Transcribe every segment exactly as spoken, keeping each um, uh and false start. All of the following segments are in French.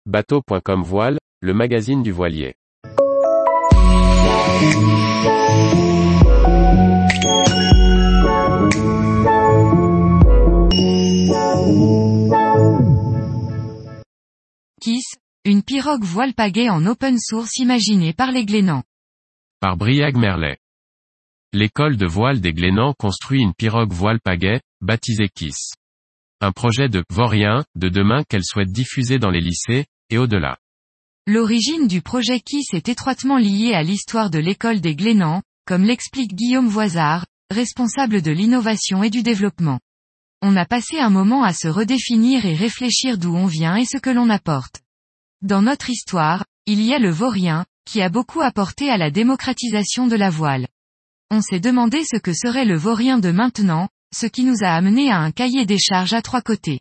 bateau point com Voile, le magazine du voilier. Kiss, une pirogue voile pagaie en open source imaginée par les Glénans. Par Briag Merlet. L'école de voile des Glénans construit une pirogue voile pagaie, baptisée Kiss. Un projet de vaurien, de demain qu'elle souhaite diffuser dans les lycées, et au-delà. L'origine du projet Kiss est étroitement liée à l'histoire de l'école des Glénans, comme l'explique Guillaume Voisard, responsable de l'innovation et du développement. On a passé un moment à se redéfinir et réfléchir d'où on vient et ce que l'on apporte. Dans notre histoire, il y a le vaurien, qui a beaucoup apporté à la démocratisation de la voile. On s'est demandé ce que serait le vaurien de maintenant, ce qui nous a amené à un cahier des charges à trois côtés.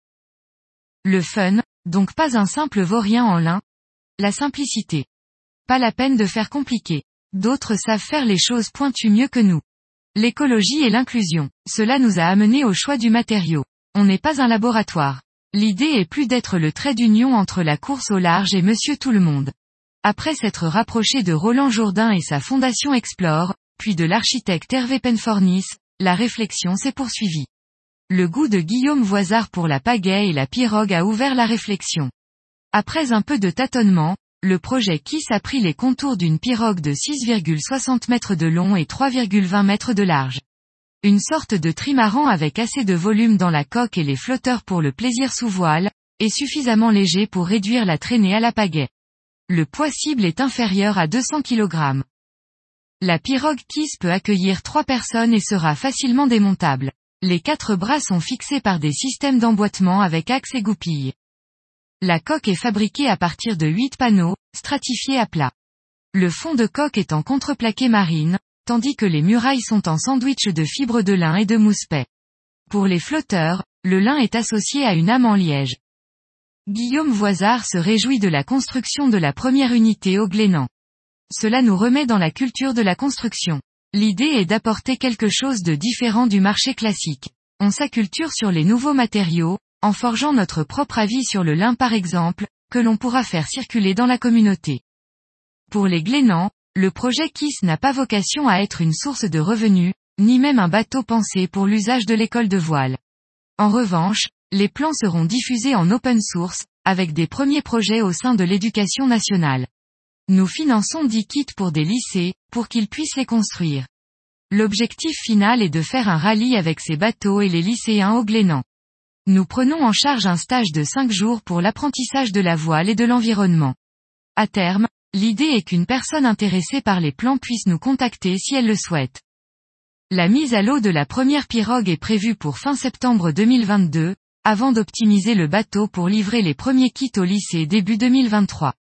Le fun, donc pas un simple vaurien en lin. La simplicité. Pas la peine de faire compliqué. D'autres savent faire les choses pointues mieux que nous. L'écologie et l'inclusion. Cela nous a amené au choix du matériau. On n'est pas un laboratoire. L'idée est plus d'être le trait d'union entre la course au large et Monsieur Tout-le-Monde. Après s'être rapproché de Roland Jourdain et sa fondation Explore, puis de l'architecte Hervé Penfornis, la réflexion s'est poursuivie. Le goût de Guillaume Voisard pour la pagaie et la pirogue a ouvert la réflexion. Après un peu de tâtonnement, le projet Kiss a pris les contours d'une pirogue de six virgule soixante mètres de long et trois virgule vingt mètres de large. Une sorte de trimaran avec assez de volume dans la coque et les flotteurs pour le plaisir sous voile, et suffisamment léger pour réduire la traînée à la pagaie. Le poids cible est inférieur à deux cents kilogrammes. La pirogue Kiss peut accueillir trois personnes et sera facilement démontable. Les quatre bras sont fixés par des systèmes d'emboîtement avec axe et goupille. La coque est fabriquée à partir de huit panneaux, stratifiés à plat. Le fond de coque est en contreplaqué marine, tandis que les murailles sont en sandwich de fibres de lin et de mousse paix. Pour les flotteurs, le lin est associé à une âme en liège. Guillaume Voisard se réjouit de la construction de la première unité au Glénan. Cela nous remet dans la culture de la construction. L'idée est d'apporter quelque chose de différent du marché classique. On s'acculture sur les nouveaux matériaux, en forgeant notre propre avis sur le lin par exemple, que l'on pourra faire circuler dans la communauté. Pour les Glénans, le projet Kiss n'a pas vocation à être une source de revenus, ni même un bateau pensé pour l'usage de l'école de voile. En revanche, les plans seront diffusés en open source, avec des premiers projets au sein de l'éducation nationale. Nous finançons dix kits pour des lycées, pour qu'ils puissent les construire. L'objectif final est de faire un rallye avec ces bateaux et les lycéens au Glénan. Nous prenons en charge un stage de cinq jours pour l'apprentissage de la voile et de l'environnement. À terme, l'idée est qu'une personne intéressée par les plans puisse nous contacter si elle le souhaite. La mise à l'eau de la première pirogue est prévue pour fin septembre deux mille vingt-deux, avant d'optimiser le bateau pour livrer les premiers kits au lycée début deux mille vingt-trois.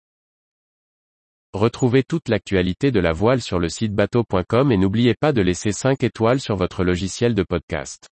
Retrouvez toute l'actualité de la voile sur le site bateau point com et n'oubliez pas de laisser cinq étoiles sur votre logiciel de podcast.